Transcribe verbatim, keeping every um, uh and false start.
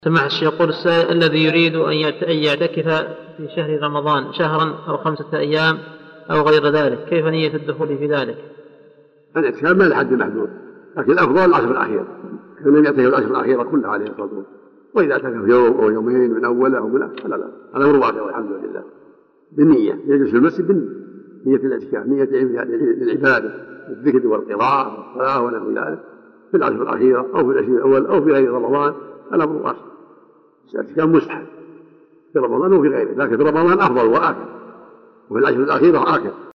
سمع الشيخ يقول السائل الذي يريد أن يعتكف في شهر رمضان شهرا أو خمسة أيام أو غير ذلك، كيف نية الدخول في ذلك؟ الاعتكاف ما لحد محدود، لكن الأفضل العشر الأخيرة، كان يعتكف العشر الأخيرة كلها عليه الصلاة والسلام، وإذا اعتكف يوم أو يومين من أوله أو من آخره فلا بأس، هذا أمر واسع والحمد لله. بالنية يجلس في المسجد بالنية، نية الاعتكاف، نية العبادة، الذكر والقراءة والصلاة ونحو ذلك في العشر الأخيرة أو في العشرين الأول أو في غير رمضان، الأمر واسع. الاعتكاف مستحب في رمضان وفي غيره، لكن في رمضان أفضل وآكل، وفي العشر الأخيرة آكل.